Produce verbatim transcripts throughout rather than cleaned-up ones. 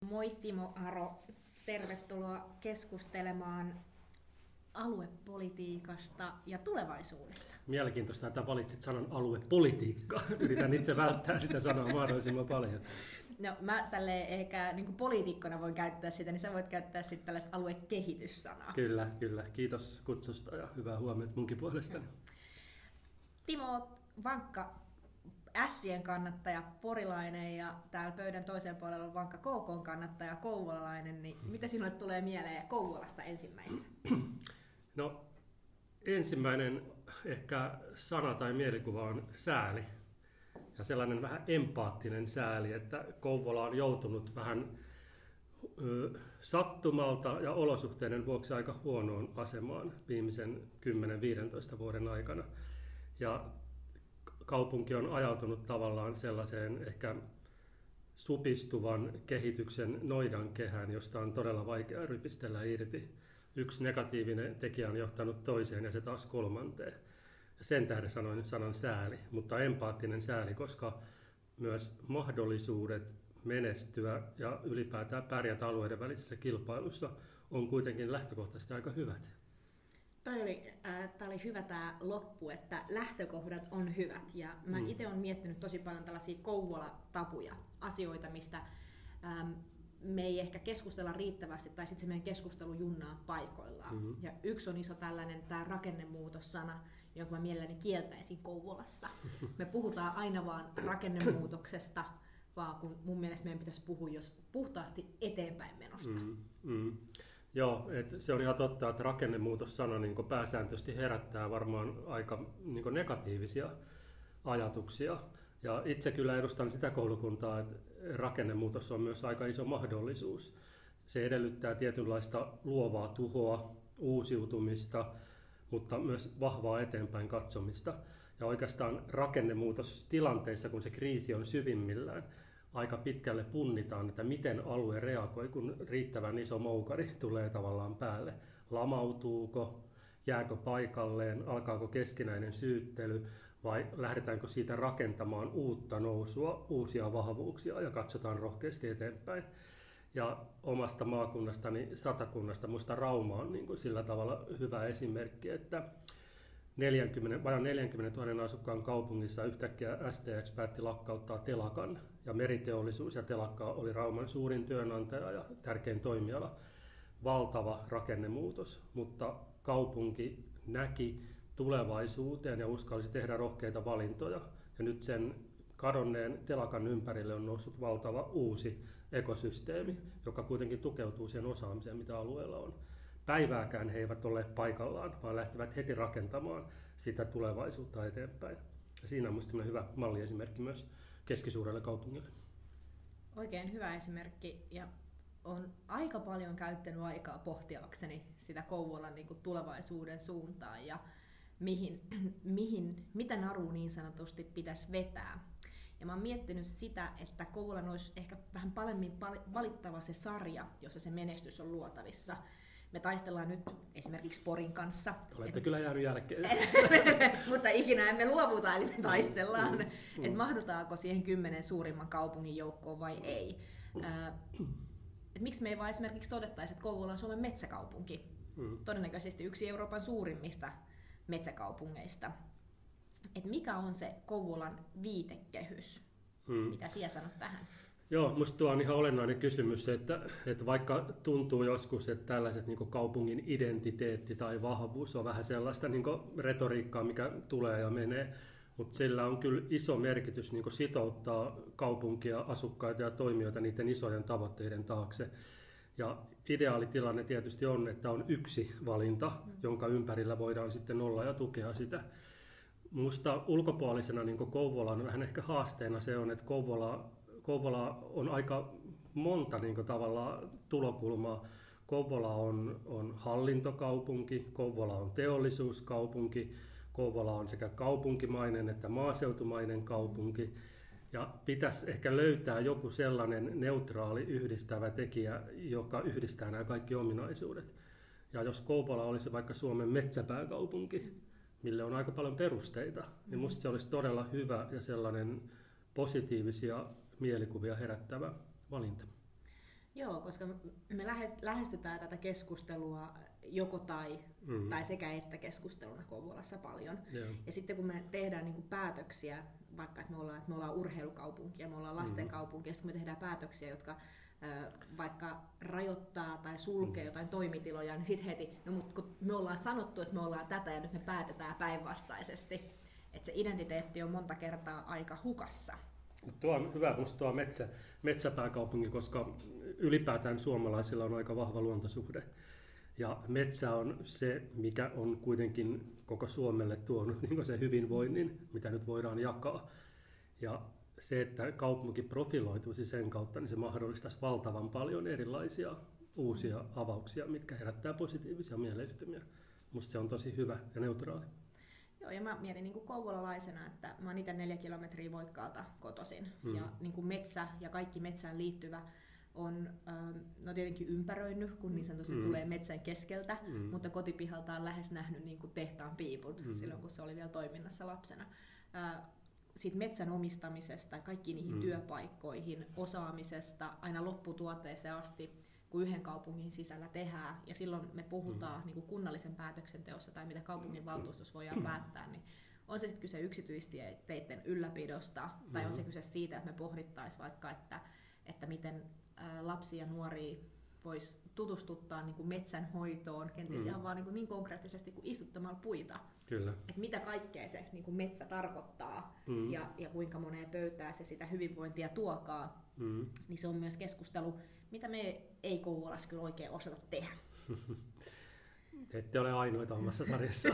Moi Timo Aro, tervetuloa keskustelemaan aluepolitiikasta ja tulevaisuudesta. Mielenkiintoista, että valitsit sanan aluepolitiikka. Yritän itse välttää sitä sanaa mahdollisimman paljon. No mä tälleen ehkä niin kuin poliitikkona voin käyttää sitä, niin sä voit käyttää sitten tällaista aluekehityssanaa. Kyllä, kyllä. Kiitos kutsusta ja hyvää huomenta munkin puolestani. No. Timo, oot vankka Ässien kannattaja, porilainen, ja täällä pöydän toisella puolella on vankka K K:n kannattaja, kouvolalainen, niin mitä sinulle tulee mieleen Kouvolasta ensimmäisenä? No, ensimmäinen ehkä sana tai mielikuva on sääli. Ja sellainen vähän empaattinen sääli, että Kouvola on joutunut vähän ö, sattumalta ja olosuhteiden vuoksi aika huonoon asemaan viimeisen kymmenen viisitoista vuoden aikana. Ja kaupunki on ajautunut tavallaan sellaiseen ehkä supistuvan kehityksen noidankehään, josta on todella vaikea rypistellä irti. Yksi negatiivinen tekijä on johtanut toiseen ja se taas kolmanteen. Sen tähden sanoin sanan sääli, mutta empaattinen sääli, koska myös mahdollisuudet menestyä ja ylipäätään pärjätä alueiden välisessä kilpailussa on kuitenkin lähtökohtaisesti aika hyvät. Toi oli, äh, tää oli hyvä tämä loppu, että lähtökohdat on hyvät. Ja mä mm. itse olen miettinyt tosi paljon tällaisia Kouvola-tabuja, asioita, mistä ähm, me ei ehkä keskustella riittävästi, tai sitten se meidän keskustelu junnaa paikoillaan. Mm-hmm. Ja yksi on iso tällainen tämä rakennemuutossana, jonka mä mielelläni kieltäisin Kouvolassa. Me puhutaan aina vaan rakennemuutoksesta, vaan kun mun mielestä meidän pitäisi puhua jos puhtaasti eteenpäin menosta. Mm, mm. Joo, et se on ihan totta, että rakennemuutos-sana niin pääsääntöisesti herättää varmaan aika niin negatiivisia ajatuksia. Ja itse kyllä edustan sitä koulukuntaa, että rakennemuutos on myös aika iso mahdollisuus. Se edellyttää tietynlaista luovaa tuhoa, uusiutumista, mutta myös vahvaa eteenpäin katsomista. Ja oikeastaan rakennemuutostilanteissa, kun se kriisi on syvimmillään, aika pitkälle punnitaan, että miten alue reagoi, kun riittävän iso moukari tulee tavallaan päälle. Lamautuuko, jääkö paikalleen, alkaako keskinäinen syyttely vai lähdetäänkö siitä rakentamaan uutta nousua, uusia vahvuuksia ja katsotaan rohkeasti eteenpäin. Ja omasta maakunnastani Satakunnasta musta Rauma on niin kuin sillä tavalla hyvä esimerkki, että neljäkymmentä, vajaan neljänkymmenentuhannen asukkaan kaupungissa yhtäkkiä S T X päätti lakkauttaa telakan, ja meriteollisuus ja telakka oli Rauman suurin työnantaja ja tärkein toimiala. Valtava rakennemuutos, mutta kaupunki näki tulevaisuuteen ja uskalsi tehdä rohkeita valintoja. Ja nyt sen kadonneen telakan ympärille on noussut valtava uusi ekosysteemi, joka kuitenkin tukeutuu siihen osaamiseen, mitä alueella on. Päivääkään he eivät ole paikallaan, vaan lähtevät heti rakentamaan sitä tulevaisuutta eteenpäin. Ja siinä on minusta hyvä malliesimerkki myös keskisuurelle kaupungille. Oikein hyvä esimerkki, ja olen aika paljon käyttänyt aikaa pohtiakseni sitä Kouvolan niin kuin tulevaisuuden suuntaan ja mihin, mihin, mitä naruun niin sanotusti pitäisi vetää. Ja mä oon miettinyt sitä, että Kouvolan olisi ehkä vähän paremmin valittava se sarja, jossa se menestys on luotavissa. Me taistellaan nyt esimerkiksi Porin kanssa. Olette et, kyllä jäänyt jälkeen. Mutta ikinä emme luovuta, eli me taistellaan, mm, mm. että mahdutaanko siihen kymmenen suurimman kaupungin joukkoon vai ei. Mm. Äh, et miksi me ei vaan esimerkiksi todettaisi, että Kouvola on Suomen metsäkaupunki. Mm. Todennäköisesti yksi Euroopan suurimmista metsäkaupungeista. Et mikä on se Kouvolan viitekehys? Mm. Mitä sinä sanot tähän? Joo, minusta tuo on ihan olennainen kysymys, että, että vaikka tuntuu joskus, että tällaiset niin kuin kaupungin identiteetti tai vahvuus on vähän sellaista niin kuin retoriikkaa, mikä tulee ja menee, mutta sillä on kyllä iso merkitys niin kuin sitouttaa kaupunkia, asukkaita ja toimijoita niiden isojen tavoitteiden taakse. Ja ideaalitilanne tietysti on, että on yksi valinta, jonka ympärillä voidaan sitten olla ja tukea sitä. Minusta ulkopuolisena niin kuin Kouvolan vähän ehkä haasteena se on, että Kouvola Kouvola on aika monta niin kuin tavallaan tulokulmaa. Kouvola on, on hallintokaupunki, Kouvola on teollisuuskaupunki, Kouvola on sekä kaupunkimainen että maaseutumainen kaupunki. Ja pitäisi ehkä löytää joku sellainen neutraali yhdistävä tekijä, joka yhdistää nämä kaikki ominaisuudet. Ja jos Kouvola olisi vaikka Suomen metsäpääkaupunki, mille on aika paljon perusteita, niin musta se olisi todella hyvä ja sellainen positiivisia mielikuvia herättävä valinta. Joo, koska me lähestytään tätä keskustelua joko tai, mm-hmm. tai sekä että keskusteluna Kouvolassa paljon. Yeah. Ja sitten kun me tehdään niin kuin päätöksiä, vaikka että me ollaan, että me ollaan urheilukaupunki ja me ollaan lastenkaupunki, mm-hmm. ja kun me tehdään päätöksiä, jotka vaikka rajoittaa tai sulkee mm. jotain toimitiloja, niin sitten heti, no mutta kun me ollaan sanottu, että me ollaan tätä ja nyt me päätetään päinvastaisesti, että se identiteetti on monta kertaa aika hukassa. Tuo on hyvä, musta tuo metsä, metsäpääkaupunki, koska ylipäätään suomalaisilla on aika vahva luontosuhde. Ja metsä on se, mikä on kuitenkin koko Suomelle tuonut niin se hyvinvoinnin, mitä nyt voidaan jakaa. Ja se, että kaupunki profiloituisi sen kautta, niin se mahdollistaisi valtavan paljon erilaisia uusia avauksia, mitkä herättää positiivisia mieleyhtymiä. Musta se on tosi hyvä ja neutraali. Joo, ja mä mietin niin kuin kouvolalaisena, että mä oon itse neljä kilometriä Voikkaalta kotoisin. Mm. Ja niin kuin metsä ja kaikki metsään liittyvä on no tietenkin ympäröinyt, kun niin sanotusti mm. tulee metsän keskeltä, mm. mutta kotipihalta on lähes nähnyt niin kuin tehtaan piiput mm. silloin, kun se oli vielä toiminnassa lapsena. Siitä metsän omistamisesta, kaikkiin niihin mm. työpaikkoihin, osaamisesta, aina lopputuotteeseen asti, kun yhden kaupungin sisällä tehdään. Ja silloin me puhutaan mm. niin kuin kunnallisen päätöksenteossa tai mitä kaupungin valtuustossa voidaan päättää, niin on se sitten kyse yksityisteiden ylläpidosta, tai mm. on se kyse siitä, että me pohdittaisiin vaikka, että, että miten ää, lapsia ja nuoria voisi tutustuttaa niin kuin metsänhoitoon, kenties mm. ihan vaan niin, kuin niin konkreettisesti kuin istuttamalla puita. Kyllä. Että mitä kaikkea se niin kuin metsä tarkoittaa mm. ja, ja kuinka moneen pöytään se sitä hyvinvointia tuokaa, mm. niin se on myös keskustelu, mitä me ei Kouvolassa kyllä oikein osata tehdä. Te ette ole ainoita omassa sarjassa.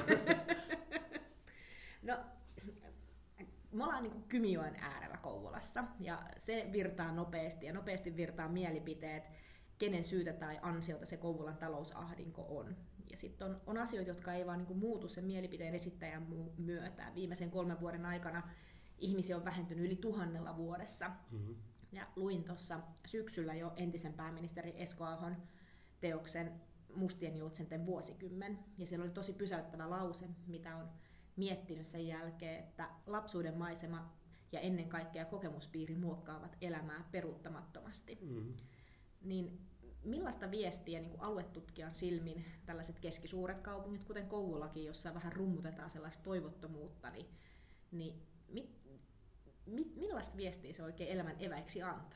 No, me ollaan niin kuin Kymijoen äärellä Kouvolassa ja se virtaa nopeasti ja nopeasti virtaa mielipiteet, kenen syytä tai ansiota se Kouvolan talousahdinko on. Ja sitten on, on asioita, jotka ei vaan niin kuin muutu sen mielipiteen esittäjän myötä. Viimeisen kolmen vuoden aikana ihmisiä on vähentynyt yli tuhannella vuodessa. Mm-hmm. Ja luin tuossa syksyllä jo entisen pääministeri Esko Ahon teoksen Mustien juutsenten vuosikymmen. Ja siellä oli tosi pysäyttävä lause, mitä on miettinyt sen jälkeen, että lapsuuden maisema ja ennen kaikkea kokemuspiiri muokkaavat elämää peruuttamattomasti. Mm-hmm. Niin millaista viestiä niin kuin aluetutkijan silmin tällaiset keskisuuret kaupungit, kuten Kouvolakin, jossa vähän rummutetaan sellaista toivottomuutta, niin, niin mit, mit, millaista viestiä se oikein elämän eväiksi antaa?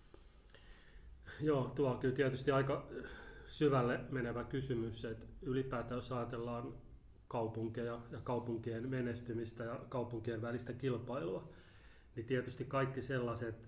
Joo, tuo on kyllä tietysti aika syvälle menevä kysymys, että ylipäätään jos ajatellaan kaupunkeja ja kaupunkien menestymistä ja kaupunkien välistä kilpailua, niin tietysti kaikki sellaiset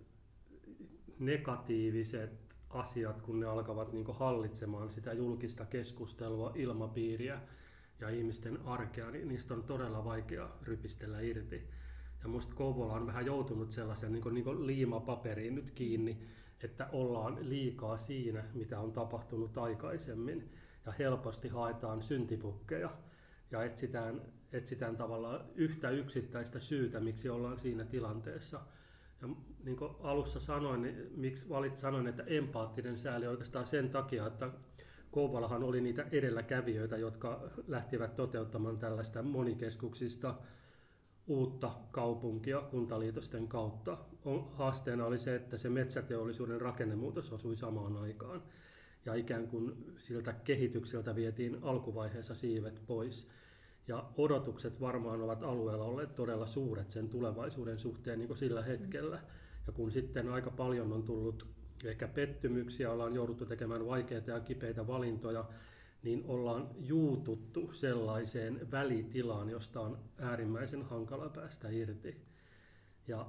negatiiviset asiat, kun ne alkavat niin kuin hallitsemaan sitä julkista keskustelua, ilmapiiriä ja ihmisten arkea, niin niistä on todella vaikea rypistellä irti. Ja musta Kouvola on vähän joutunut sellaisen niin kuin, niin kuin liimapaperiin nyt kiinni, että ollaan liikaa siinä, mitä on tapahtunut aikaisemmin, ja helposti haetaan syntipukkeja ja etsitään, etsitään tavallaan yhtä yksittäistä syytä, miksi ollaan siinä tilanteessa. Ja niin kuin alussa sanoin, niin miksi valit sanoin, että empaattinen sääli oikeastaan sen takia, että Kouvolahan oli niitä edelläkävijöitä, jotka lähtivät toteuttamaan tällaista monikeskuksista uutta kaupunkia kuntaliitosten kautta. Haasteena oli se, että se metsäteollisuuden rakennemuutos osui samaan aikaan. Ja ikään kuin siltä kehitykseltä vietiin alkuvaiheessa siivet pois. Ja odotukset varmaan ovat alueella olleet todella suuret sen tulevaisuuden suhteen niin kuin sillä hetkellä. Ja kun sitten aika paljon on tullut ehkä pettymyksiä, ollaan jouduttu tekemään vaikeita ja kipeitä valintoja, niin ollaan juututtu sellaiseen välitilaan, josta on äärimmäisen hankala päästä irti. Ja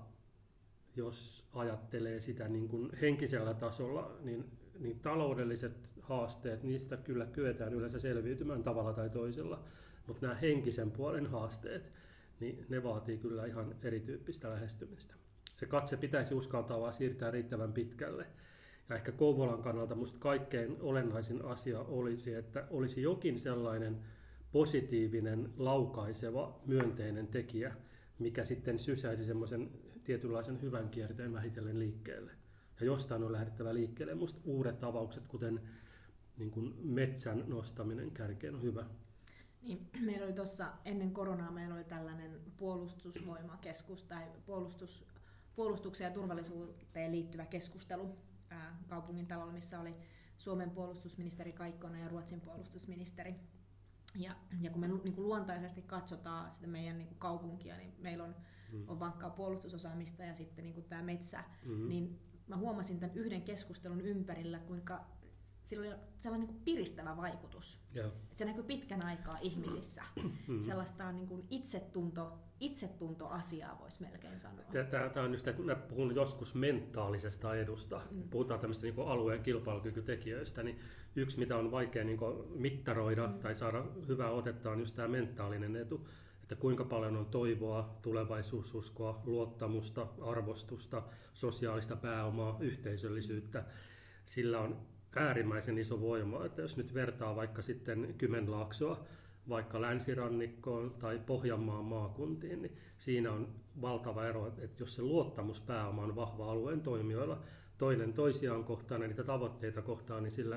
jos ajattelee sitä niin kuin henkisellä tasolla, niin, niin taloudelliset haasteet, niistä kyllä kyetään yleensä selviytymään tavalla tai toisella. Mutta nämä henkisen puolen haasteet, niin ne vaatii kyllä ihan erityyppistä lähestymistä. Se katse pitäisi uskaltaa vaan siirtää riittävän pitkälle. Ja ehkä Kouvolan kannalta musta kaikkein olennaisin asia olisi, että olisi jokin sellainen positiivinen, laukaiseva, myönteinen tekijä, mikä sitten sysäisi semmoisen tietynlaisen hyvän kierteen vähitellen liikkeelle. Ja jostain on lähdettävä liikkeelle. Musta uudet avaukset, kuten niin kuin metsän nostaminen kärkeen, on hyvä. Niin, meillä oli tuossa ennen koronaa meillä oli tällainen puolustusvoimakeskus tai puolustus, puolustukseen ja turvallisuuteen liittyvä keskustelu ää, kaupungin talolla, missä oli Suomen puolustusministeri Kaikkonen ja Ruotsin puolustusministeri. Ja, ja kun me niin kuin luontaisesti katsotaan sitä meidän niin kuin kaupunkia, niin meillä on, mm. on vankkaa puolustusosaamista ja sitten niin kuin tämä metsä, mm-hmm. niin mä huomasin tämän yhden keskustelun ympärillä, kuinka sillä oli sellainen niin kuin piristävä vaikutus. Yeah. Että se näkyy pitkän aikaa ihmisissä. Mm-hmm. Sellaista niin kuin itsetunto, itsetuntoasiaa voisi melkein sanoa. Tämä on just, että mä puhun joskus mentaalisesta edusta. Mm. Puhutaan tämmöistä niin kuin alueen kilpailukykytekijöistä. Niin yksi, mitä on vaikea niin kuin mittaroida mm. tai saada hyvää otetta, on just tämä mentaalinen etu. Että kuinka paljon on toivoa, tulevaisuususkoa, luottamusta, arvostusta, sosiaalista pääomaa, yhteisöllisyyttä. Sillä on äärimmäisen iso voima, että jos nyt vertaa vaikka sitten Kymenlaaksoa vaikka länsirannikkoon tai Pohjanmaan maakuntiin, niin siinä on valtava ero, että jos se luottamuspääoma on vahva alueen toimijoilla, toinen toisiaan kohtaan ja niitä tavoitteita kohtaan, niin sillä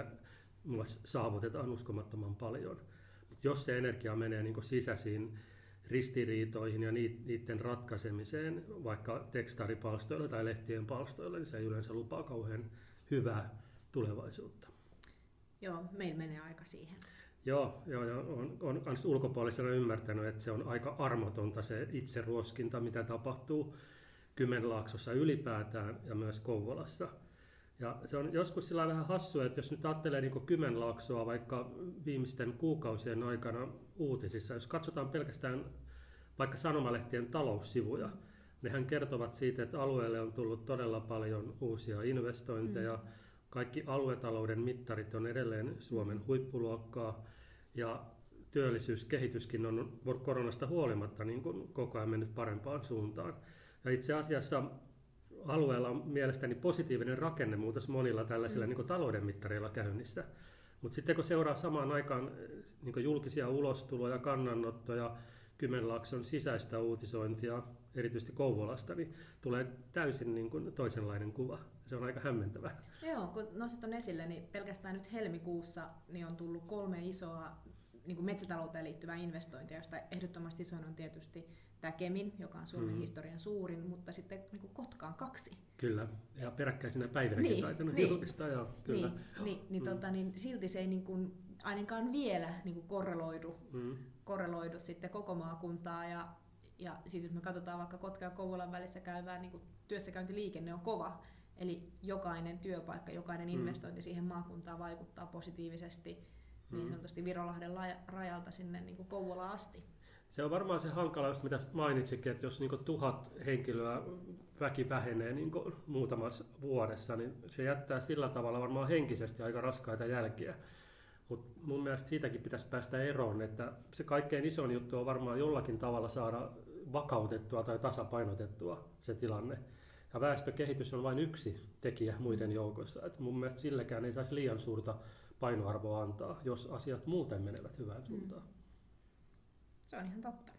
saavutetaan uskomattoman paljon. Mutta jos se energia menee niin kuin sisäisiin ristiriitoihin ja niiden ratkaisemiseen, vaikka tekstaripalstoilla tai lehtien palstoilla, niin se ei yleensä lupaa kauhean hyvää tulevaisuutta. Joo, meillä menee aika siihen. Joo, joo ja on, on myös ulkopuolisena ymmärtänyt, että se on aika armotonta se itseruoskinta, mitä tapahtuu Kymenlaaksossa ylipäätään ja myös Kouvolassa. Ja se on joskus sillä vähän hassua, että jos nyt ajattelee niin kuin Kymenlaaksoa vaikka viimeisten kuukausien aikana uutisissa, jos katsotaan pelkästään vaikka sanomalehtien taloussivuja, nehän kertovat siitä, että alueelle on tullut todella paljon uusia investointeja, mm. Kaikki aluetalouden mittarit on edelleen Suomen huippuluokkaa ja työllisyyskehityskin on koronasta huolimatta niin kuin koko ajan mennyt parempaan suuntaan. Ja itse asiassa alueella on mielestäni positiivinen rakennemuutos monilla tällaisilla mm. niin kuin talouden mittareilla käynnissä. Mutta sitten kun seuraa samaan aikaan niin kuin julkisia ulostuloja, kannanottoja, Kymenlaakson sisäistä uutisointia, erityisesti Kouvolasta, niin tulee täysin niin kuin toisenlainen kuva. Se on aika hämmentävää. Joo, kun nostit on esille, niin pelkästään nyt helmikuussa niin on tullut kolme isoa niin kuin metsätalouteen liittyvää investointia, josta ehdottomasti isoin on tietysti tämä Kemin, joka on Suomen mm. historian suurin, mutta sitten niin kuin Kotkaan kaksi. Kyllä, ja peräkkäisinä päivinäkin niin, taitanut niin, julkistaa. Joo, kyllä. Niin, niin, niin, mm. tota, niin silti se ei niin kuin, ainakaan vielä niin kuin korreloidu, mm. korreloidu sitten koko maakuntaa. Ja, ja siis jos me katsotaan vaikka Kotka ja Kouvolan välissä käyvää niin kuin työssäkäyntiliikenne on kova, eli jokainen työpaikka, jokainen investointi mm. siihen maakuntaan vaikuttaa positiivisesti mm. niin sanotusti Virolahden rajalta sinne niin kuin Kouvolaan asti. Se on varmaan se hankala, just mitä mainitsikin, että jos niin tuhat henkilöä väki vähenee niin muutamassa vuodessa, niin se jättää sillä tavalla varmaan henkisesti aika raskaita jälkiä. Mutta mun mielestä siitäkin pitäisi päästä eroon, että se kaikkein isoin juttu on varmaan jollakin tavalla saada vakautettua tai tasapainotettua se tilanne. Ja väestökehitys on vain yksi tekijä muiden joukossa. Et mun mielestä silläkään ei saisi liian suurta painoarvoa antaa, jos asiat muuten menevät hyvään suuntaan. Mm. Se on ihan totta.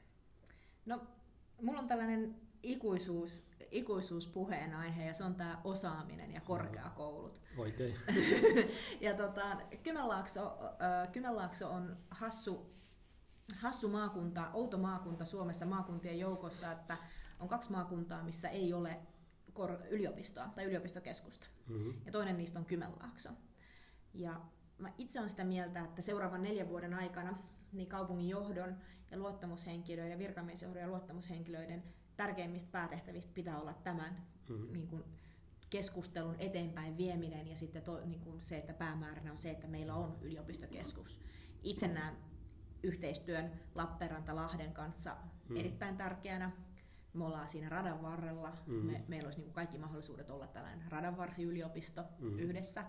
No, mulla on tällainen ikuisuus, ikuisuuspuheenaihe ja se on tämä osaaminen ja korkeakoulut. Oikein. ja tota, Kymenlaakso, äh, Kymenlaakso on hassu, hassu maakunta, outo maakunta Suomessa maakuntien joukossa, että on kaksi maakuntaa, missä ei ole kor- yliopistoa tai yliopistokeskusta. Mm-hmm. Ja toinen niistä on Kymenlaakso. Ja mä itse olen sitä mieltä, että seuraavan neljän vuoden aikana niin kaupungin johdon ja luottamushenkilöiden, virkamiesjohdon ja luottamushenkilöiden tärkeimmistä päätehtävistä pitää olla tämän mm-hmm. niin kuin keskustelun eteenpäin vieminen ja sitten to, niin kuin se, että päämääränä on se, että meillä on yliopistokeskus. Itse näen yhteistyön Lappeenranta-Lahden kanssa mm-hmm. erittäin tärkeänä. Me ollaan siinä radan varrella. Mm-hmm. Me, meillä olisi niin kuin kaikki mahdollisuudet olla tällainen radanvarsiyliopisto mm-hmm. yhdessä.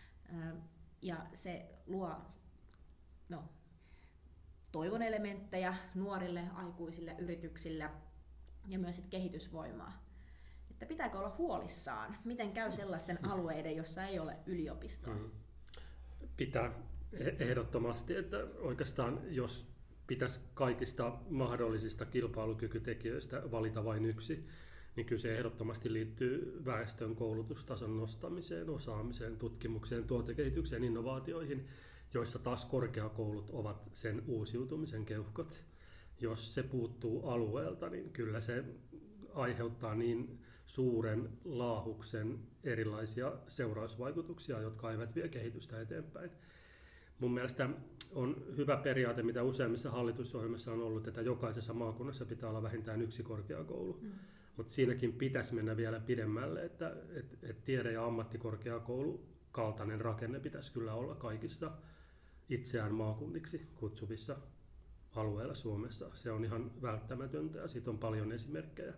Ja se luo no, toivon elementtejä nuorille, aikuisille, yrityksille ja myös sit kehitysvoimaa. Että pitääkö olla huolissaan? Miten käy sellaisten alueiden, jossa ei ole yliopistoa? Mm. Pitää ehdottomasti, että oikeastaan jos pitäisi kaikista mahdollisista kilpailukykytekijöistä valita vain yksi, niin kyllä se ehdottomasti liittyy väestön koulutustason nostamiseen, osaamiseen, tutkimukseen, tuotekehitykseen, innovaatioihin, joissa taas korkeakoulut ovat sen uusiutumisen keuhkot. Jos se puuttuu alueelta, niin kyllä se aiheuttaa niin suuren laahuksen erilaisia seurausvaikutuksia, jotka eivät vie kehitystä eteenpäin. Mun mielestä on hyvä periaate, mitä useimmissa hallitusohjelmissa on ollut, että jokaisessa maakunnassa pitää olla vähintään yksi korkeakoulu. Mm. Mutta siinäkin pitäisi mennä vielä pidemmälle, että et, et tiede- ja ammattikorkeakoulu kaltainen rakenne pitäisi kyllä olla kaikissa itseään maakunniksi kutsuvissa alueilla Suomessa. Se on ihan välttämätöntä ja siitä on paljon esimerkkejä,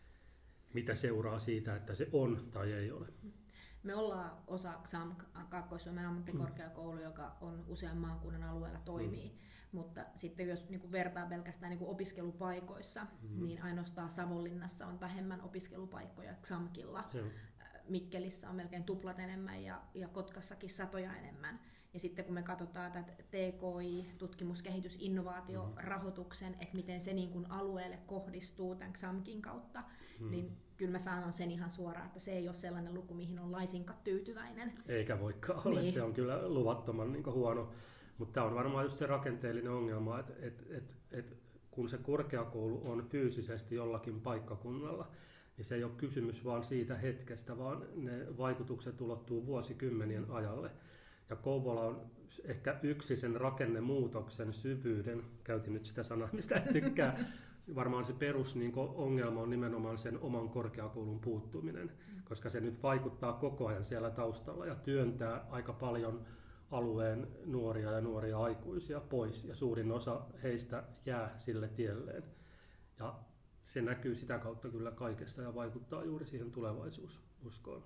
mitä seuraa siitä, että se on tai ei ole. Me ollaan osa X A M, Kaakkois-Suomen ammattikorkeakoulu, joka on usean maakunnan alueella toimii, mm. mutta sitten jos niin vertaa pelkästään niin opiskelupaikoissa, mm. niin ainoastaan Savonlinnassa on vähemmän opiskelupaikkoja X A M Killa. Mm. Mikkelissä on melkein tuplat enemmän ja, ja Kotkassakin satoja enemmän. Ja sitten kun me katsotaan tätä T K I, tutkimus-, kehitys-, innovaatiorahoituksen, että miten se niin kuin alueelle kohdistuu tämän X A M Kin kautta, hmm. niin kyllä mä sanon sen ihan suoraan, että se ei ole sellainen luku, mihin on laisinkaan tyytyväinen. Eikä voikaan olla, niin. Se on kyllä luvattoman niin kuin huono. Mutta tämä on varmaan just se rakenteellinen ongelma, että et, et, et, kun se korkeakoulu on fyysisesti jollakin paikkakunnalla, niin se ei ole kysymys vaan siitä hetkestä, vaan ne vaikutukset ulottuu vuosikymmenien ajalle. Ja Kouvola on ehkä yksi sen rakennemuutoksen syvyyden, käytin nyt sitä sanaa, mistä en tykkää, varmaan se perus niin ongelma on nimenomaan sen oman korkeakoulun puuttuminen, koska se nyt vaikuttaa koko ajan siellä taustalla ja työntää aika paljon alueen nuoria ja nuoria aikuisia pois, ja suurin osa heistä jää sille tielleen. Ja se näkyy sitä kautta kyllä kaikesta ja vaikuttaa juuri siihen tulevaisuususkoon.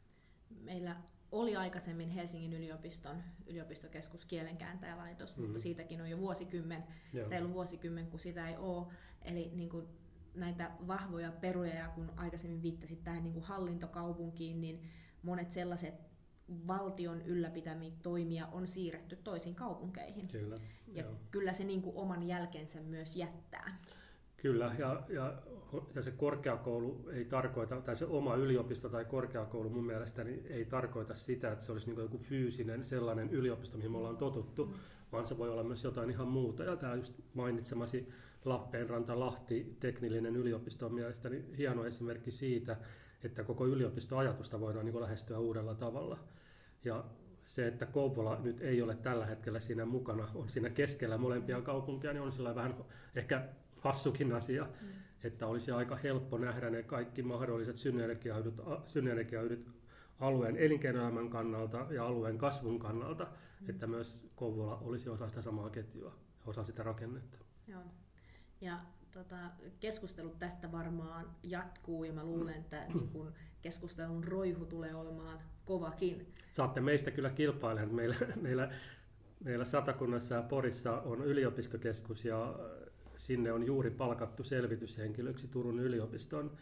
Meillä oli aikaisemmin Helsingin yliopiston yliopistokeskus kielenkääntäjälaitos, mm-hmm. mutta siitäkin on jo vuosikymmen, Joo. reilu vuosikymmen, kun sitä ei ole. Eli niin kuin näitä vahvoja peruja, ja kun aikaisemmin viittasit tähän niin kuin hallintokaupunkiin, niin monet sellaiset valtion ylläpitämiä toimia on siirretty toisiin kaupunkeihin. Kyllä, ja joo. kyllä se niin kuin oman jälkensä myös jättää. Kyllä, ja, ja, ja se korkeakoulu ei tarkoita, tai se oma yliopisto tai korkeakoulu mun mielestäni ei tarkoita sitä, että se olisi niin kuin joku fyysinen sellainen yliopisto, mihin me ollaan totuttu, mm. vaan se voi olla myös jotain ihan muuta. Ja tämä just mainitsemasi Lappeenranta-Lahti teknillinen yliopisto on mielestäni hieno esimerkki siitä, että koko yliopistoajatusta voidaan niin kuin lähestyä uudella tavalla. Ja se, että Kouvola nyt ei ole tällä hetkellä siinä mukana, on siinä keskellä molempia kaupunkia, niin on sillä vähän ehkä hassukin asia, mm. että olisi aika helppo nähdä ne kaikki mahdolliset synergiahyödyt, synergiahyödyt alueen elinkeinoelämän kannalta ja alueen kasvun kannalta, mm. että myös Kouvola olisi osa sitä samaa ketjua, osa sitä rakennetta. Joo. Ja tota, keskustelut tästä varmaan jatkuu, ja mä luulen, että niin kun keskustelun roihu tulee olemaan kovakin. Saatte meistä kyllä kilpailemaan. Meillä, meillä, meillä Satakunnassa ja Porissa on yliopistokeskus, ja sinne on juuri palkattu selvityshenkilöksi Turun yliopiston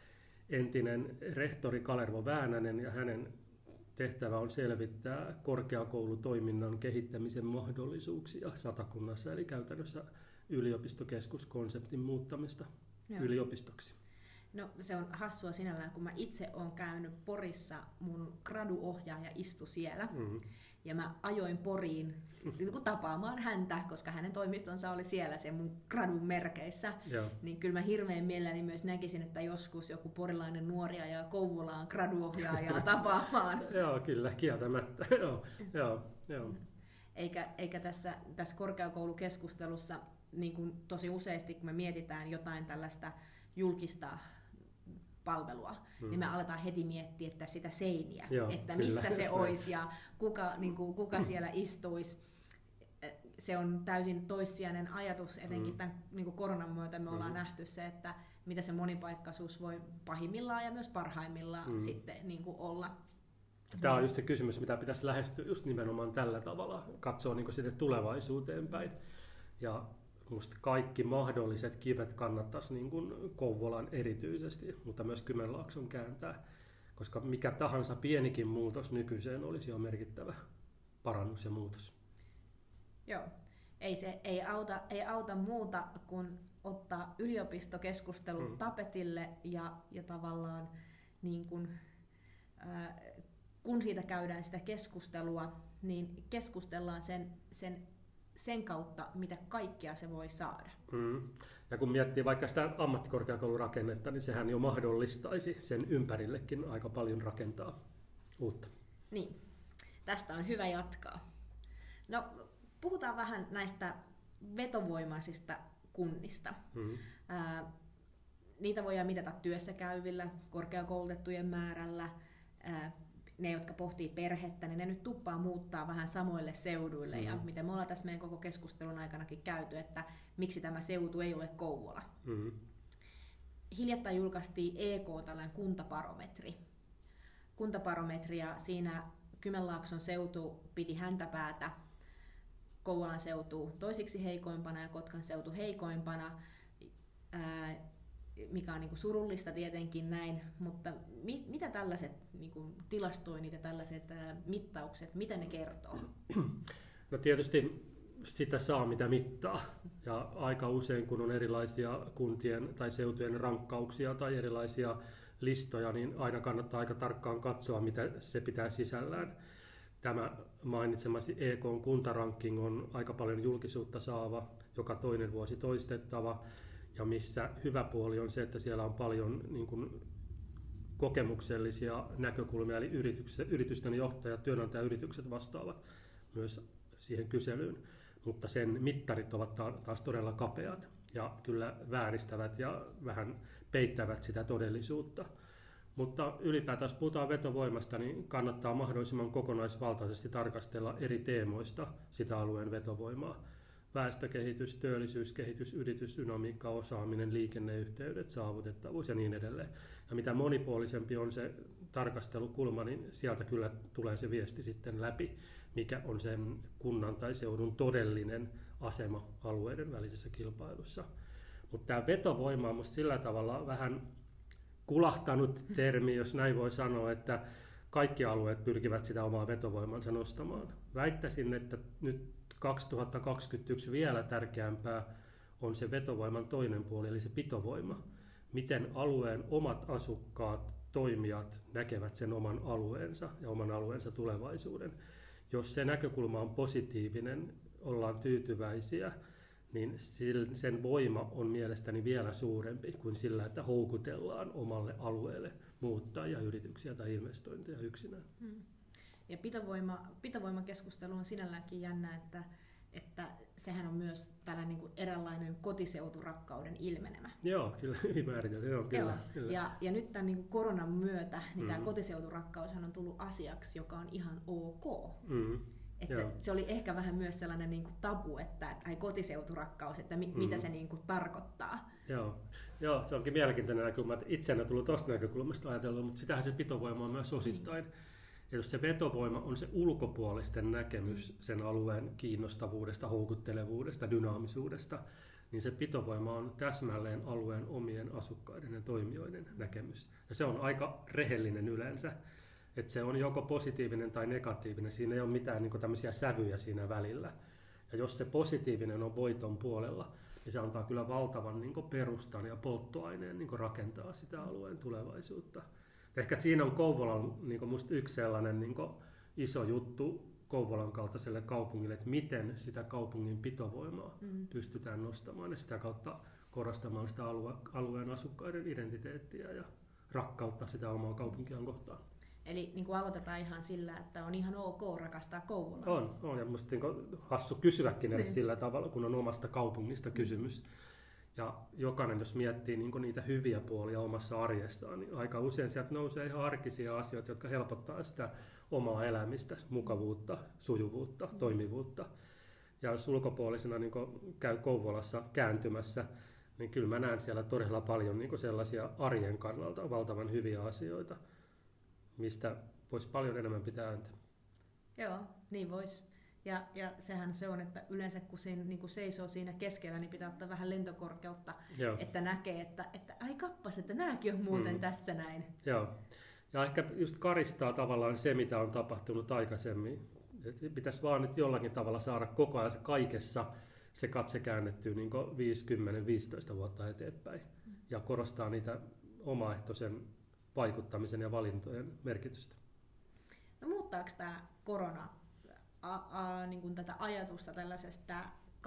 entinen rehtori Kalervo Väänänen, ja hänen tehtävä on selvittää korkeakoulutoiminnan kehittämisen mahdollisuuksia Satakunnassa, eli käytännössä yliopistokeskuskonseptin muuttamista Joo. yliopistoksi. No se on hassua sinällään, kun mä itse olen käynyt Porissa, mun graduohjaaja istui siellä, mm-hmm. ja mä ajoin Poriin tapaamaan häntä, koska hänen toimistonsa oli siellä se mun gradun merkeissä, Joo. niin kyllä mä hirveän mielelläni myös näkisin, että joskus joku porilainen nuori ajaa Kouvolaan graduohjaajaa tapaamaan. Joo, kyllä, kieltämättä. joo, joo, joo. Eikä, eikä tässä, tässä korkeakoulukeskustelussa niin kuin tosi useasti, kun me mietitään jotain tällaista julkista palvelua, hmm. niin me aletaan heti miettiä että sitä seiniä, Joo, että missä kyllä, se olisi ja kuka, niin kuin, kuka siellä istuisi. Se on täysin toissijainen ajatus, etenkin hmm. tämän niin kuin koronan myötä me ollaan hmm. nähty se, että mitä se monipaikkaisuus voi pahimmillaan ja myös parhaimmillaan hmm. sitten niin kuin olla. Tämä on just se kysymys, mitä pitäisi lähestyä just nimenomaan tällä tavalla, katsoa niin kuin sinne tulevaisuuteen päin. Ja musta kaikki mahdolliset kivet kannattaisi niin kuin Kouvolan erityisesti, mutta myös Kymenlaakson kääntää, koska mikä tahansa pienikin muutos nykyiseen olisi jo merkittävä parannus ja muutos. Joo, ei se ei auta, ei auta muuta kuin ottaa yliopistokeskustelut hmm. tapetille ja, ja tavallaan niin kuin, äh, kun siitä käydään sitä keskustelua, niin keskustellaan sen, sen sen kautta, mitä kaikkea se voi saada. Mm. Ja kun miettii vaikka sitä ammattikorkeakoulurakennetta, niin sehän jo mahdollistaisi sen ympärillekin aika paljon rakentaa uutta. Niin, tästä on hyvä jatkaa. No, puhutaan vähän näistä vetovoimaisista kunnista. Mm. Ää, niitä voidaan mitata työssä käyvillä, korkeakoulutettujen määrällä. Ää, ne, jotka pohtii perhettä, niin ne nyt tuppaa muuttaa vähän samoille seuduille. Mm. Ja miten me ollaan tässä meidän koko keskustelun aikanakin käyty, että miksi tämä seutu ei ole Kouvola. Mm. Hiljattain julkaistiin E K tällainen kuntabarometri. Kuntabarometri ja siinä Kymenlaakson seutu piti häntäpäätä, Kouvolan seutu toisiksi heikoimpana ja Kotkan seutu heikoimpana, ää, mikä on niinku surullista tietenkin näin, mutta mi- mitä tällaiset niinku tilastoinnit ja tällaiset ää, mittaukset, mitä ne kertoo? No tietysti sitä saa mitä mittaa, ja aika usein kun on erilaisia kuntien tai seutujen rankkauksia tai erilaisia listoja, niin aina kannattaa aika tarkkaan katsoa, mitä se pitää sisällään. Tämä mainitsemasi E K:n kuntaranking on aika paljon julkisuutta saava, joka toinen vuosi toistettava, ja missä hyvä puoli on se, että siellä on paljon niin kuin kokemuksellisia näkökulmia, eli yritysten johtajat, työnantajayritykset vastaavat myös siihen kyselyyn, mutta sen mittarit ovat taas todella kapeat ja kyllä vääristävät ja vähän peittävät sitä todellisuutta. Mutta ylipäätään, jos puhutaan vetovoimasta, niin kannattaa mahdollisimman kokonaisvaltaisesti tarkastella eri teemoista sitä alueen vetovoimaa. Väestökehitys, työllisyyskehitys, yritysdynamiikka, osaaminen, liikenneyhteydet, saavutettavuus ja niin edelleen. Ja mitä monipuolisempi on se tarkastelukulma, niin sieltä kyllä tulee se viesti sitten läpi, mikä on sen kunnan tai seudun todellinen asema alueiden välisessä kilpailussa. Mutta tämä vetovoima on minusta sillä tavalla vähän kulahtanut termi, jos näin voi sanoa, että kaikki alueet pyrkivät sitä omaa vetovoimansa nostamaan. Väittäisin, että nyt kaksituhattakaksikymmentäyksi vielä tärkeämpää on se vetovoiman toinen puoli, eli se pitovoima. Miten alueen omat asukkaat, toimijat näkevät sen oman alueensa ja oman alueensa tulevaisuuden. Jos se näkökulma on positiivinen, ollaan tyytyväisiä, niin sen voima on mielestäni vielä suurempi kuin sillä, että houkutellaan omalle alueelle muuttajia, yrityksiä tai investointeja yksinään. Hmm. Ja pitovoima, pitovoimakeskustelu on sinälläänkin jännä, että, että sehän on myös tällainen niin kuin eräänlainen kotiseuturakkauden ilmenemä. Joo, kyllä hyvin määritelty. Joo, kyllä, Joo. kyllä. Ja, ja nyt tämän niin kuin koronan myötä niin mm. tämä kotiseuturakkaushan on tullut asiaksi, joka on ihan ok. Mm. Että se oli ehkä vähän myös sellainen niin kuin tabu, että ai kotiseuturakkaus, että mi- mm. mitä se niin kuin tarkoittaa. Joo. Joo, se onkin mielenkiintoinen näkökulma, että itse en ole tullut tuosta näkökulmasta ajatella, mutta sitähän se pitovoima on myös osittain. Mm. Ja jos se vetovoima on se ulkopuolisten näkemys mm. sen alueen kiinnostavuudesta, houkuttelevuudesta, dynaamisuudesta, niin se pitovoima on täsmälleen alueen omien asukkaiden ja toimijoiden näkemys. Ja se on aika rehellinen yleensä. Että se on joko positiivinen tai negatiivinen, siinä ei ole mitään niin kuin tämmöisiä sävyjä siinä välillä. Ja jos se positiivinen on voiton puolella, niin se antaa kyllä valtavan niin kuin perustan ja polttoaineen niin kuin rakentaa sitä alueen tulevaisuutta. Ehkä siinä on Kouvolan niin kuin musta yksi sellainen niin kuin iso juttu Kouvolan kaltaiselle kaupungille, että miten sitä kaupungin pitovoimaa mm. pystytään nostamaan ja sitä kautta korostamaan sitä alue, alueen asukkaiden identiteettiä ja rakkautta sitä omaa kaupunkiaan kohtaan. Eli niin kuin aloitetaan ihan sillä, että on ihan ok rakastaa Kouvolaa. On, on ja musta niin kuin hassu kysyäkin edes sillä tavalla, kun on omasta kaupungista kysymys. Ja jokainen, jos miettii niin kuin niitä hyviä puolia omassa arjessaan, niin aika usein sieltä nousee ihan arkisia asioita, jotka helpottaa sitä omaa elämistä, mukavuutta, sujuvuutta, toimivuutta. Ja jos ulkopuolisena niin kuin käy Kouvolassa kääntymässä, niin kyllä mä näen siellä todella paljon niin kuin sellaisia arjen kannalta valtavan hyviä asioita, mistä voisi paljon enemmän pitää ääntä. Joo, niin voisi. Ja, ja sehän se on, että yleensä kun siinä, niin kun seisoo siinä keskellä, niin pitää ottaa vähän lentokorkeutta, Joo. että näkee, että, että ai kappas, että nämäkin on muuten mm. tässä näin. Joo, ja ehkä just karistaa tavallaan se, mitä on tapahtunut aikaisemmin. Et pitäisi vaan nyt jollakin tavalla saada koko ajan se kaikessa se katse käännettyy niin viisikymmentä viisitoista vuotta eteenpäin mm. ja korostaa niitä omaehtoisen vaikuttamisen ja valintojen merkitystä. No muuttaako tämä korona a, a, niin kuin tätä ajatusta tällaisesta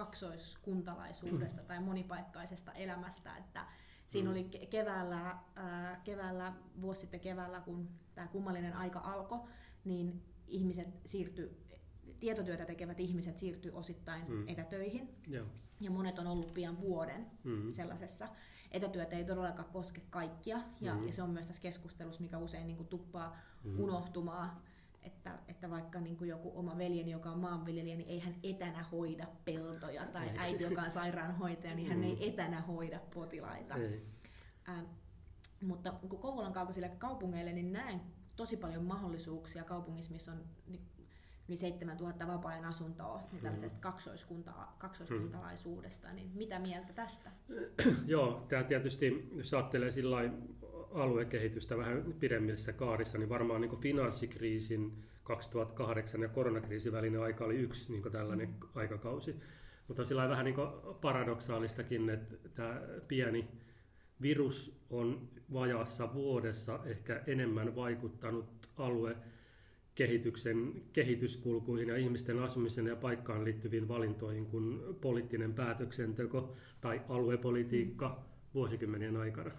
kaksoiskuntalaisuudesta tai monipaikkaisesta elämästä, että siinä oli keväällä, ää, keväällä, vuosi sitten keväällä, kun tämä kummallinen aika alkoi, niin ihmiset siirtyi, tietotyötä tekevät ihmiset siirtyi osittain mm. etätöihin. Joo. Ja monet on ollut pian vuoden mm. sellaisessa. Etätyötä ei todellakaan koske kaikkia, ja, mm. ja se on myös tässä keskustelussa, mikä usein niin kuin tuppaa mm. unohtumaan, että, että vaikka niin kuin joku oma veljeni, joka on maanviljelijä, niin ei hän etänä hoida peltoja, tai äiti, joka on sairaanhoitaja, niin hän mm. ei etänä hoida potilaita. Ei. Äh, mutta kun Kouvolan kaltaisille kaupungeille, niin näen tosi paljon mahdollisuuksia kaupungissa, missä on yli seitsemäntuhatta vapaa-ajan asuntoa, niin tällaisesta kaksoiskunta, kaksoiskuntalaisuudesta, niin mitä mieltä tästä? Joo, tämä tietysti, jos ajattelee aluekehitystä vähän pidemmissä kaarissa, niin varmaan niin finanssikriisin kaksituhattakahdeksan ja koronakriisin välinen aika oli yksi niin tällainen mm. aikakausi. Mutta sillä vähän niin paradoksaalistakin, että tämä pieni virus on vajaassa vuodessa ehkä enemmän vaikuttanut alue kehityksen kehityskulkuihin ja ihmisten asumisen ja paikkaan liittyviin valintoihin kuin poliittinen päätöksenteko tai aluepolitiikka vuosikymmenien aikana.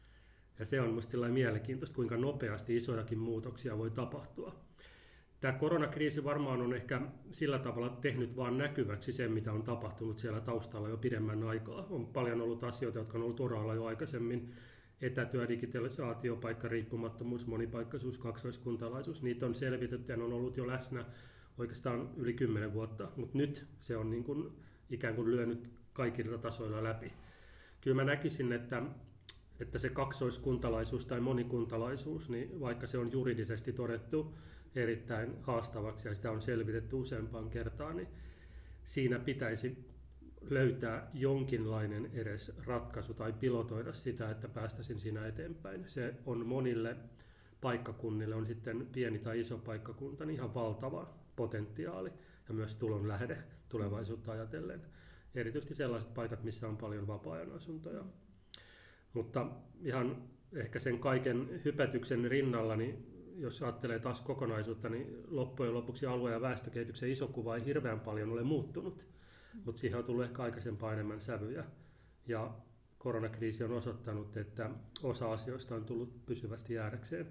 Ja se on minusta mielenkiintoista, kuinka nopeasti isojakin muutoksia voi tapahtua. Tämä koronakriisi varmaan on ehkä sillä tavalla tehnyt vain näkyväksi sen, mitä on tapahtunut siellä taustalla jo pidemmän aikaa. On paljon ollut asioita, jotka on ollut oralla jo aikaisemmin. Etätyö, digitalisaatio, paikkariippumattomuus, monipaikkaisuus, kaksoiskuntalaisuus. Niitä on selvitetty ja ne on ollut jo läsnä oikeastaan yli kymmenen vuotta, mutta nyt se on niin kuin ikään kuin lyönyt kaikilla tasoilla läpi. Kyllä mä näkisin, että, että se kaksoiskuntalaisuus tai monikuntalaisuus, niin vaikka se on juridisesti todettu erittäin haastavaksi ja sitä on selvitetty useampaan kertaan, niin siinä pitäisi löytää jonkinlainen edes ratkaisu tai pilotoida sitä, että päästäisiin siinä eteenpäin. Se on monille paikkakunnille, on sitten pieni tai iso paikkakunta, niin ihan valtava potentiaali ja myös tulon lähde tulevaisuutta ajatellen. Erityisesti sellaiset paikat, missä on paljon vapaa-ajan asuntoja. Mutta ihan ehkä sen kaiken hypätyksen rinnalla, niin jos ajattelee taas kokonaisuutta, niin loppujen lopuksi alue- ja väestökehityksen iso kuva ei hirveän paljon ole muuttunut. Mutta siihen on tullut ehkä aikaisempaa enemmän sävyjä. Ja koronakriisi on osoittanut, että osa asioista on tullut pysyvästi jäädäkseen.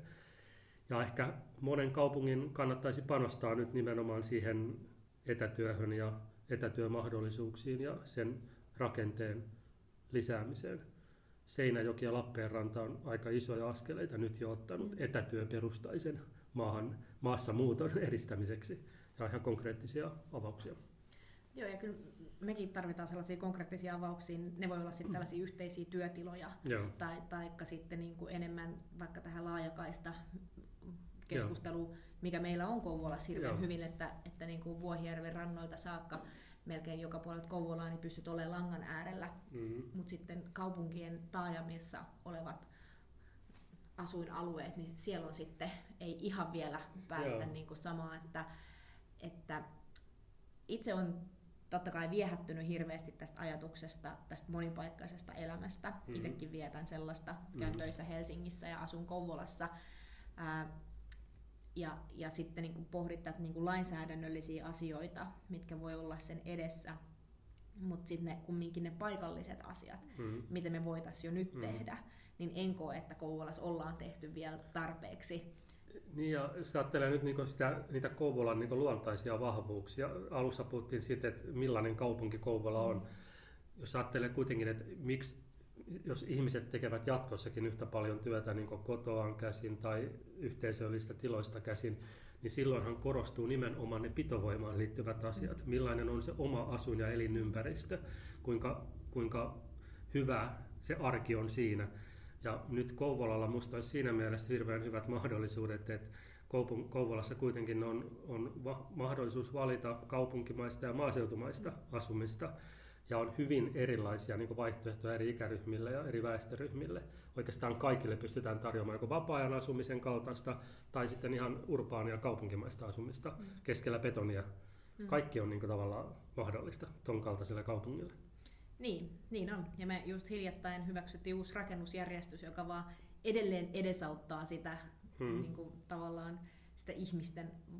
Ja ehkä monen kaupungin kannattaisi panostaa nyt nimenomaan siihen etätyöhön ja etätyömahdollisuuksiin ja sen rakenteen lisäämiseen. Seinäjoki ja Lappeenranta on aika isoja askeleita nyt jo ottanut etätyöperustaisen maahan, maassa muuton edistämiseksi ja ihan konkreettisia avauksia. Joo, ja kyllä mekin tarvitaan sellaisia konkreettisia avauksia. Ne voi olla sitten tällaisia yhteisiä työtiloja Joo. tai taikka sitten niin kuin enemmän vaikka tähän laajakaista keskusteluun, mikä meillä on Kouvolassa hirveän Joo. hyvin, että, että niin kuin Vuohijärven rannoilta saakka melkein joka puolelta Kouvolaa niin pystyt olemaan langan äärellä, mm-hmm. mutta sitten kaupunkien taajamissa olevat asuinalueet, niin siellä on sitten ei ihan vielä päästä niin kuin samaa, että, että itse on totta kai viehättynyt hirveästi tästä ajatuksesta, tästä monipaikkaisesta elämästä. Mm-hmm. Itsekin vietän sellaista, käyn mm-hmm. töissä Helsingissä ja asun Kouvolassa. Ää, ja, ja sitten niin kuin pohdittaa niin kuin lainsäädännöllisiä asioita, mitkä voi olla sen edessä, mutta sitten ne, kumminkin ne paikalliset asiat, mm-hmm. mitä me voitaisiin jo nyt mm-hmm. tehdä, niin en koe, että Kouvolassa ollaan tehty vielä tarpeeksi. Niin ja jos ajattelee nyt niin sitä, niitä Kouvolan niin luontaisia vahvuuksia, alussa puhuttiin siitä, että millainen kaupunki Kouvola on. Mm. Jos ajattelee kuitenkin, että miksi, jos ihmiset tekevät jatkossakin yhtä paljon työtä niin kotoaan käsin tai yhteisöllistä tiloista käsin, niin silloinhan korostuu nimenomaan ne pitovoimaan liittyvät asiat. Mm. Millainen on se oma asuin- ja elinympäristö, kuinka, kuinka hyvä se arki on siinä. Ja nyt Kouvolalla minusta olisi siinä mielessä hirveän hyvät mahdollisuudet, että Kouvolassa kuitenkin on, on va- mahdollisuus valita kaupunkimaista ja maaseutumaista asumista. Ja on hyvin erilaisia niin kuin vaihtoehtoja eri ikäryhmille ja eri väestöryhmille. Oikeastaan kaikille pystytään tarjoamaan joko vapaa-ajan asumisen kaltaista tai sitten ihan urbaania kaupunkimaista asumista mm. keskellä betonia. Mm. Kaikki on niin kuin tavallaan mahdollista ton kaltaiselle kaupungille. Niin, niin on. Ja me just hiljattain hyväksyttiin uusi rakennusjärjestys, joka vaan edelleen edesauttaa sitä hmm. niin kuin, tavallaan sitä ihmisten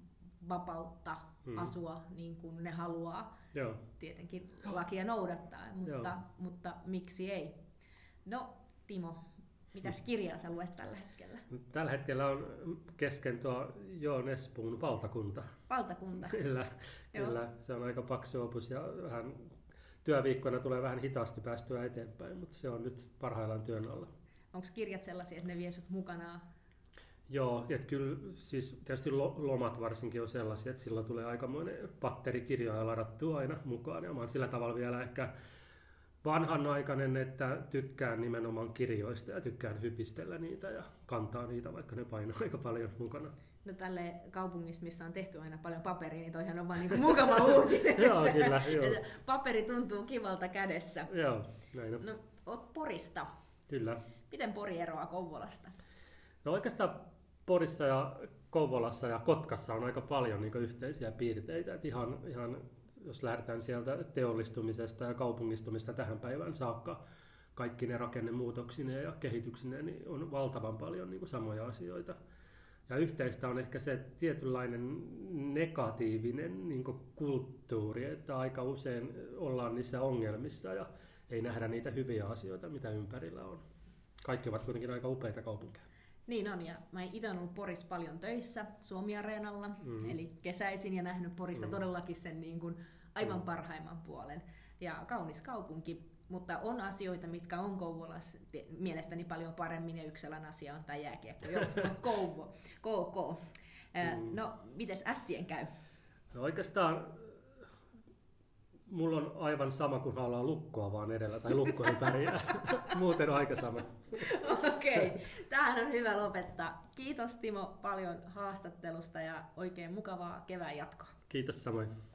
vapautta mm. asua niin kuin ne haluaa. Joo. Tietenkin lakia noudattaa, mutta, mutta miksi ei? No Timo, mitäs kirjaa sä luet tällä hetkellä? Tällä hetkellä on kesken tuo Joon Espuun Valtakunta. Valtakunta? Kyllä, kyllä. Se on aika paksu opus ja vähän työviikkoina tulee vähän hitaasti päästyä eteenpäin, mutta se on nyt parhaillaan työn alla. Onko kirjat sellaisia, että ne vie sut mukanaan? Joo, että kyllä siis tietysti lomat varsinkin on sellaisia, että silloin tulee aikamoinen patteri kirjoja ladattua aina mukaan. Ja mä oon sillä tavalla vielä ehkä vanhanaikainen, että tykkään nimenomaan kirjoista ja tykkään hypistellä niitä ja kantaa niitä, vaikka ne painaa aika paljon mukana. No tälle kaupungissa, missä on tehty aina paljon paperia, niin toihan on vaan niin kuin mukava uutinen. Joo, kyllä. Joo. Paperi tuntuu kivalta kädessä. Joo, näin on. No, oot Porista. Kyllä. Miten Pori eroaa Kouvolasta? No oikeastaan Porissa ja Kouvolassa ja Kotkassa on aika paljon niin kuin yhteisiä piirteitä. Et ihan, ihan, jos lähdetään sieltä teollistumisesta ja kaupungistumista tähän päivään saakka, kaikki ne rakennemuutoksineen ja kehityksineen, niin on valtavan paljon niin kuin samoja asioita. Ja yhteistä on ehkä se tietynlainen negatiivinen niin kuin kulttuuri, että aika usein ollaan niissä ongelmissa ja ei nähdä niitä hyviä asioita, mitä ympärillä on. Kaikki ovat kuitenkin aika upeita kaupunkeja. Niin on, ja mä itse olen ollut Porissa paljon töissä Suomi-areenalla, mm. eli kesäisin ja nähnyt Porista mm. todellakin sen niin kuin aivan mm. parhaimman puolen. Ja kaunis kaupunki, mutta on asioita, mitkä on Kouvolassa mielestäni paljon paremmin, ja yksi sellainen asia on tämä jääkiekko. Joo, Kouvo, K K. Mm. No, mites ässien käy? No oikeastaan mulla on aivan sama, kun ollaan lukkoa vaan edellä, tai lukkojen pärjää. Muuten on aika sama. Okei, okay. Tämähän on hyvä lopettaa. Kiitos Timo paljon haastattelusta ja oikein mukavaa kevään jatkoa. Kiitos samoin.